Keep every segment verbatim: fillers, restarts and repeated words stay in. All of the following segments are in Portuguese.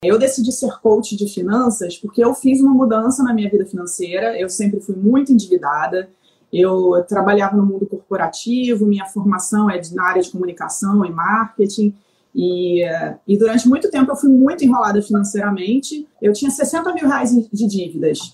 Eu decidi ser coach de finanças porque eu fiz uma mudança na minha vida financeira. Eu sempre fui muito endividada. Eu trabalhava no mundo corporativo, minha formação é na área de comunicação e marketing. E, e durante muito tempo eu fui muito enrolada financeiramente. Eu tinha sessenta mil reais de dívidas.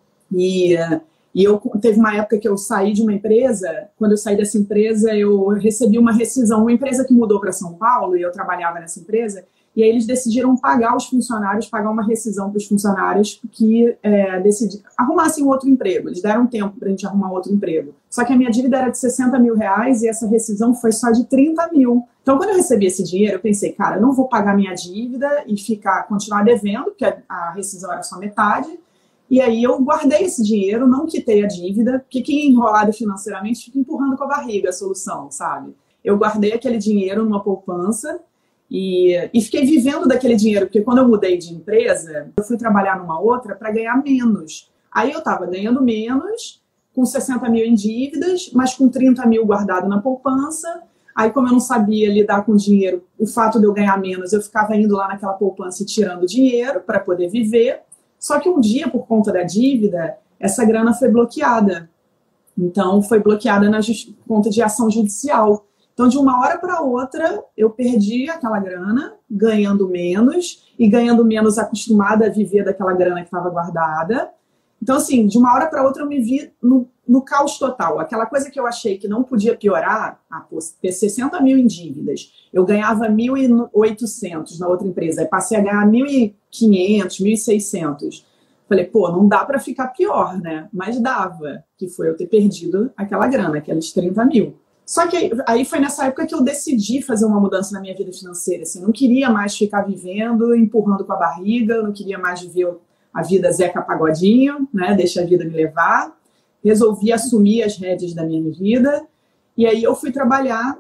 E, e eu teve uma época que eu saí de uma empresa. Quando eu saí dessa empresa, eu recebi uma rescisão. Uma empresa que mudou para São Paulo e eu trabalhava nessa empresa. E aí eles decidiram pagar os funcionários, pagar uma rescisão para os funcionários que é, decidi, arrumassem outro emprego. Eles deram tempo para a gente arrumar outro emprego. Só que a minha dívida era de sessenta mil reais e essa rescisão foi só de trinta mil. Então, quando eu recebi esse dinheiro, eu pensei, cara, eu não vou pagar minha dívida e ficar, continuar devendo, porque a, a rescisão era só metade. E aí eu guardei esse dinheiro, não quitei a dívida, porque quem é enrolado financeiramente fica empurrando com a barriga a solução, sabe? Eu guardei aquele dinheiro numa poupança. E, e fiquei vivendo daquele dinheiro, porque quando eu mudei de empresa, eu fui trabalhar numa outra para ganhar menos. Aí eu estava ganhando menos, com sessenta mil em dívidas, mas com trinta mil guardado na poupança. Aí, como eu não sabia lidar com dinheiro, o fato de eu ganhar menos, eu ficava indo lá naquela poupança e tirando dinheiro para poder viver. Só que um dia, por conta da dívida, essa grana foi bloqueada. Então, foi bloqueada na just... conta de ação judicial. Então, de uma hora para outra, eu perdi aquela grana, ganhando menos, e ganhando menos acostumada a viver daquela grana que estava guardada. Então, assim, de uma hora para outra, eu me vi no, no caos total. Aquela coisa que eu achei que não podia piorar, ah, pô, ter sessenta mil em dívidas, eu ganhava mil e oitocentos na outra empresa, aí passei a ganhar mil e quinhentos, mil e seiscentos. Falei, pô, não dá para ficar pior, né? Mas dava, que foi eu ter perdido aquela grana, aqueles trinta mil. Só que aí foi nessa época que eu decidi fazer uma mudança na minha vida financeira. Assim, não queria mais ficar vivendo, empurrando com a barriga, não queria mais viver a vida Zeca Pagodinho, né? Deixa a vida me levar. Resolvi assumir as rédeas da minha vida. E aí eu fui trabalhar.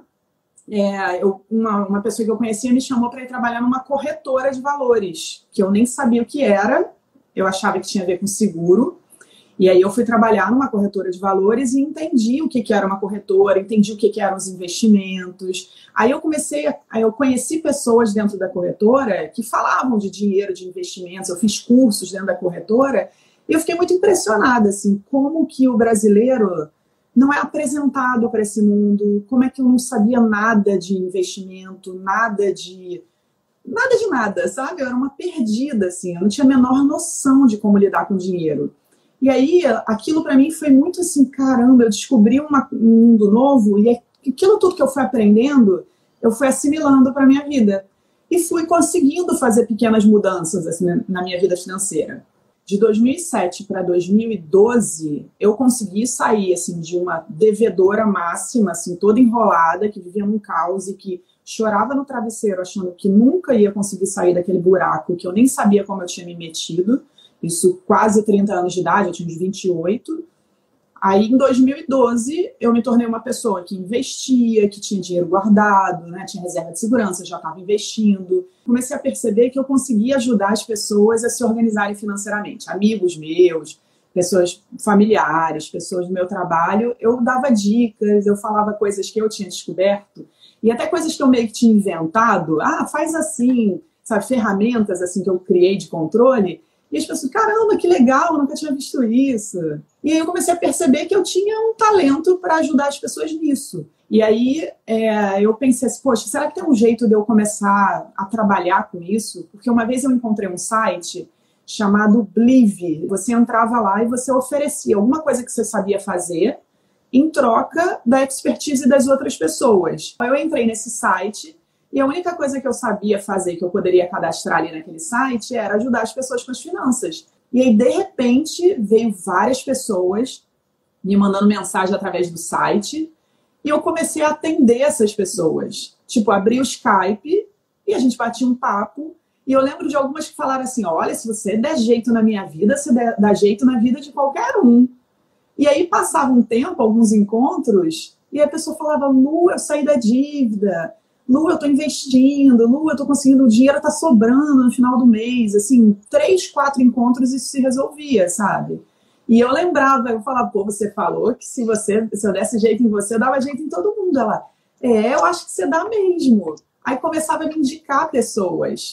É, eu, uma, uma pessoa que eu conhecia me chamou para ir trabalhar numa corretora de valores, que eu nem sabia o que era. Eu achava que tinha a ver com seguro. E aí eu fui trabalhar numa corretora de valores e entendi o que, que era uma corretora, entendi o que, que eram os investimentos. Aí eu comecei, a, aí eu conheci pessoas dentro da corretora que falavam de dinheiro, de investimentos. Eu fiz cursos dentro da corretora e eu fiquei muito impressionada, assim, como que o brasileiro não é apresentado para esse mundo, como é que eu não sabia nada de investimento, nada de... Nada de nada, sabe? Eu era uma perdida, assim, eu não tinha a menor noção de como lidar com dinheiro. E aí, aquilo para mim foi muito assim, caramba, eu descobri uma, um mundo novo e aquilo tudo que eu fui aprendendo, eu fui assimilando para a minha vida. E fui conseguindo fazer pequenas mudanças assim, na minha vida financeira. De dois mil e sete para dois mil e doze, eu consegui sair assim, de uma devedora máxima, assim, toda enrolada, que vivia num caos e que chorava no travesseiro achando que nunca ia conseguir sair daquele buraco, que eu nem sabia como eu tinha me metido. Isso quase trinta anos de idade, eu tinha uns vinte e oito. Aí, em dois mil e doze, eu me tornei uma pessoa que investia, que tinha dinheiro guardado, né? Tinha reserva de segurança, já estava investindo. Comecei a perceber que eu conseguia ajudar as pessoas a se organizarem financeiramente. Amigos meus, pessoas familiares, pessoas do meu trabalho, eu dava dicas, eu falava coisas que eu tinha descoberto, e até coisas que eu meio que tinha inventado. Ah, faz assim, sabe? Ferramentas assim que eu criei de controle. E as pessoas, caramba, que legal, eu nunca tinha visto isso. E aí eu comecei a perceber que eu tinha um talento para ajudar as pessoas nisso. E aí é, eu pensei assim, poxa, será que tem um jeito de eu começar a trabalhar com isso? Porque uma vez eu encontrei um site chamado Blive. Você entrava lá e você oferecia alguma coisa que você sabia fazer em troca da expertise das outras pessoas. Eu entrei nesse site. E a única coisa que eu sabia fazer, que eu poderia cadastrar ali naquele site, era ajudar as pessoas com as finanças. E aí, de repente, veio várias pessoas me mandando mensagem através do site, e eu comecei a atender essas pessoas. Tipo, abri o Skype e a gente batia um papo, e eu lembro de algumas que falaram assim, olha, se você der jeito na minha vida, você dá jeito na vida de qualquer um. E aí, passava um tempo, alguns encontros, e a pessoa falava, Lu, eu saí da dívida, Lu, eu estou investindo, Lu, eu estou conseguindo, o dinheiro está sobrando no final do mês, assim, três, quatro encontros isso se resolvia, sabe? E eu lembrava, eu falava, pô, você falou que se, você, se eu desse jeito em você, eu dava jeito em todo mundo. Ela, é, eu acho que você dá mesmo. Aí começava a me indicar pessoas.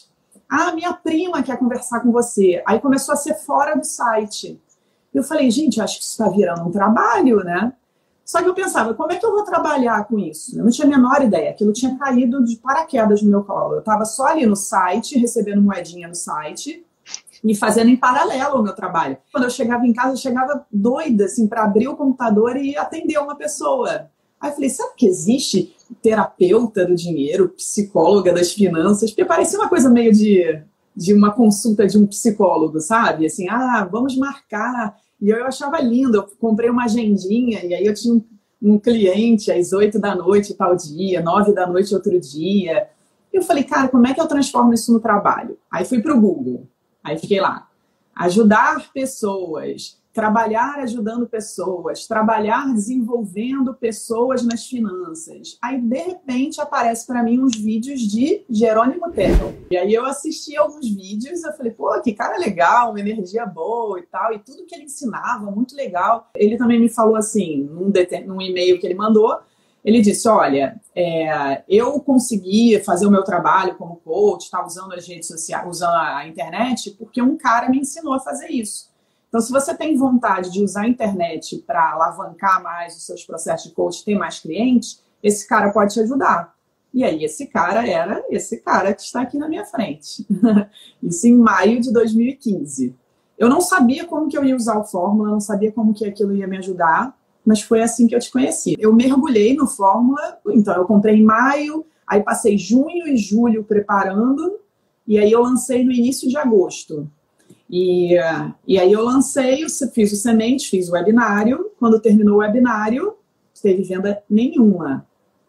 Ah, minha prima quer conversar com você. Aí começou a ser fora do site. Eu falei, gente, acho que isso está virando um trabalho, né? Só que eu pensava, como é que eu vou trabalhar com isso? Eu não tinha a menor ideia, aquilo tinha caído de paraquedas no meu colo. Eu estava só ali no site, recebendo moedinha no site e fazendo em paralelo o meu trabalho. Quando eu chegava em casa, eu chegava doida, assim, para abrir o computador e atender uma pessoa. Aí eu falei, sabe que existe terapeuta do dinheiro, psicóloga das finanças? Porque parecia uma coisa meio de, de uma consulta de um psicólogo, sabe? Assim, ah, vamos marcar. E eu achava lindo, eu comprei uma agendinha, e aí eu tinha um, um cliente às oito da noite tal dia, nove da noite outro dia. E eu falei, cara, como é que eu transformo isso no trabalho? Aí fui para o Google, aí fiquei lá. Ajudar pessoas, trabalhar ajudando pessoas, trabalhar desenvolvendo pessoas nas finanças. Aí, de repente, aparece para mim uns vídeos de Jerônimo Terrell. E aí eu assisti alguns vídeos, eu falei, pô, que cara legal, uma energia boa e tal, e tudo que ele ensinava, muito legal. Ele também me falou assim, num, num e-mail que ele mandou, ele disse, olha, é, eu consegui fazer o meu trabalho como coach, tá, usando as redes sociais, usando a internet, porque um cara me ensinou a fazer isso. Então, se você tem vontade de usar a internet para alavancar mais os seus processos de coach, ter mais clientes, esse cara pode te ajudar. E aí, esse cara era esse cara que está aqui na minha frente. Isso em maio de dois mil e quinze. Eu não sabia como que eu ia usar o Fórmula, não sabia como que aquilo ia me ajudar, mas foi assim que eu te conheci. Eu mergulhei no Fórmula, então eu comprei em maio, aí passei junho e julho preparando, e aí eu lancei no início de agosto. E, e aí eu lancei, fiz o semente, fiz o webinário. Quando terminou o webinário, não teve venda nenhuma.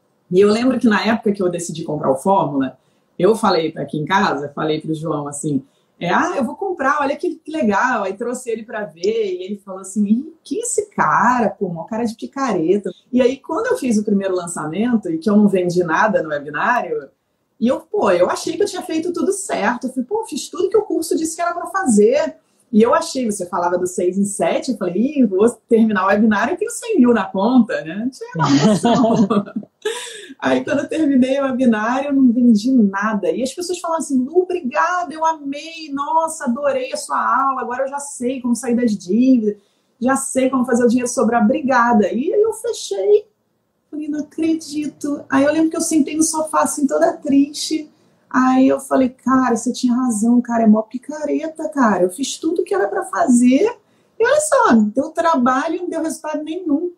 E eu lembro que na época que eu decidi comprar o Fórmula, eu falei para aqui em casa, falei para o João assim, é, ah, eu vou comprar, olha que, que legal. Aí trouxe ele para ver e ele falou assim, Ih, que esse cara, pô, uma cara de picareta. E aí quando eu fiz o primeiro lançamento e que eu não vendi nada no webinário, e eu, pô, eu achei que eu tinha feito tudo certo. Eu falei, pô, fiz tudo que o curso disse que era para fazer. E eu achei, você falava do seis em sete, eu falei, Ih, vou terminar o webinário, eu tenho cem mil na conta, né? Não tinha noção. Aí, quando eu terminei o webinário, eu não vendi nada. E as pessoas falavam assim, Lu, obrigada, eu amei, nossa, adorei a sua aula, agora eu já sei como sair das dívidas, já sei como fazer o dinheiro sobrar, obrigada. E aí eu fechei. Falei, não acredito. Aí eu lembro que eu sentei no sofá, assim, toda triste. Aí eu falei, cara, você tinha razão, cara, é mó picareta, cara. Eu fiz tudo que era pra fazer e olha só, deu trabalho, não deu resultado nenhum.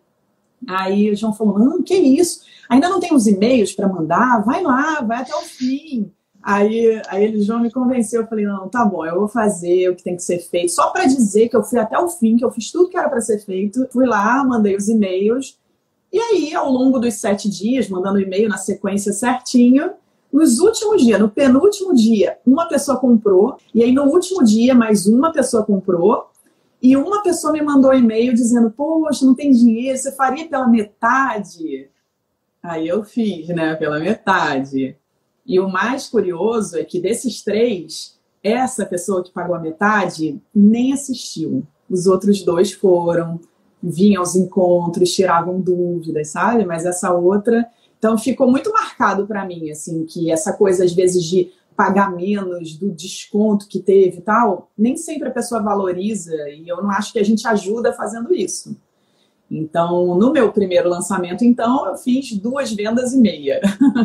Aí o João falou, não, que isso? Ainda não tem os e-mails para mandar? Vai lá, vai até o fim. Aí, aí ele, João me convenceu, eu falei, não, tá bom, eu vou fazer o que tem que ser feito. Só para dizer que eu fui até o fim, que eu fiz tudo que era para ser feito. Fui lá, mandei os e-mails. E aí, ao longo dos sete dias, mandando e-mail na sequência certinho, nos últimos dias, no penúltimo dia, uma pessoa comprou. E aí, no último dia, mais uma pessoa comprou. E uma pessoa me mandou um e-mail dizendo, poxa, não tem dinheiro, você faria pela metade? Aí eu fiz, né, pela metade. E o mais curioso é que desses três, essa pessoa que pagou a metade nem assistiu. Os outros dois foram, vinham aos encontros, tiravam dúvidas, sabe? Mas essa outra... Então ficou muito marcado para mim, assim, que essa coisa, às vezes, de pagar menos do desconto que teve e tal, nem sempre a pessoa valoriza e eu não acho que a gente ajuda fazendo isso. Então, no meu primeiro lançamento, então, eu fiz duas vendas e meia.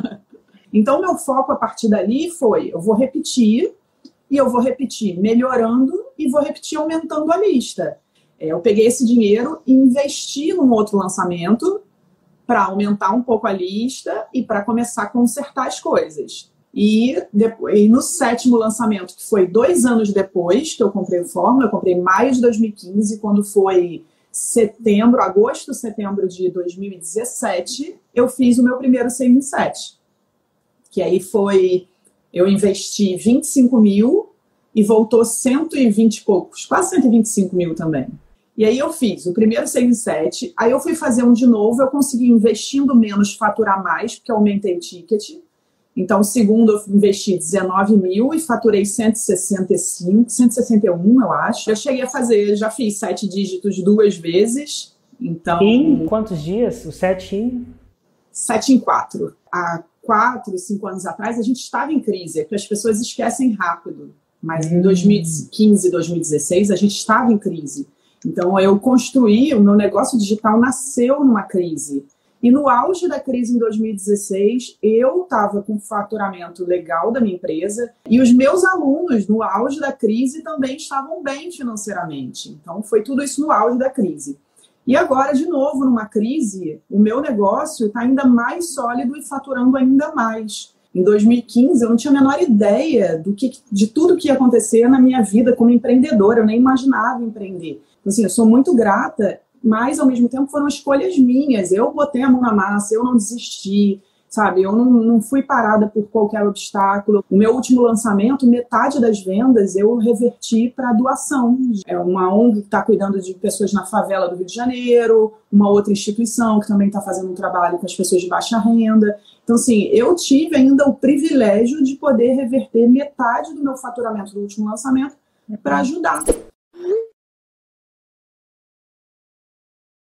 Então, meu foco a partir dali foi, eu vou repetir, e eu vou repetir melhorando e vou repetir aumentando a lista. É, eu peguei esse dinheiro e investi num outro lançamento para aumentar um pouco a lista e para começar a consertar as coisas. E, depois, e no sétimo lançamento, que foi dois anos depois que eu comprei o Fórmula, eu comprei em maio de dois mil e quinze, quando foi setembro, agosto, setembro de dois mil e dezessete, eu fiz o meu primeiro seis em sete. Que aí foi, eu investi vinte e cinco mil e voltou cento e vinte e poucos, quase cento e vinte e cinco mil também. E aí eu fiz o primeiro seis em sete, aí eu fui fazer um de novo, eu consegui investindo menos, faturar mais, porque eu aumentei o ticket. Então, o segundo eu investi dezenove mil e faturei cento e sessenta e cinco, cento e sessenta e um, eu acho. Eu cheguei a fazer, já fiz sete dígitos duas vezes. Então, em quantos dias? O sete em? Sete em quatro. Há quatro, cinco anos atrás, a gente estava em crise, é que as pessoas esquecem rápido. Mas em dois mil e quinze, dois mil e dezesseis, a gente estava em crise. Então, eu construí, o meu negócio digital nasceu numa crise. E no auge da crise em dois mil e dezesseis, eu estava com faturamento legal da minha empresa e os meus alunos, no auge da crise, também estavam bem financeiramente. Então, foi tudo isso no auge da crise. E agora, de novo, numa crise, o meu negócio está ainda mais sólido e faturando ainda mais. Em dois mil e quinze, eu não tinha a menor ideia do que, de tudo que ia acontecer na minha vida como empreendedora. Eu nem imaginava empreender. Então, assim, eu sou muito grata, mas, ao mesmo tempo, foram escolhas minhas. Eu botei a mão na massa, eu não desisti, sabe? Eu não, não fui parada por qualquer obstáculo. O meu último lançamento, metade das vendas, eu reverti para doação. É uma O N G que está cuidando de pessoas na favela do Rio de Janeiro, uma outra instituição que também está fazendo um trabalho com as pessoas de baixa renda. Então, assim, eu tive ainda o privilégio de poder reverter metade do meu faturamento do último lançamento para ajudar.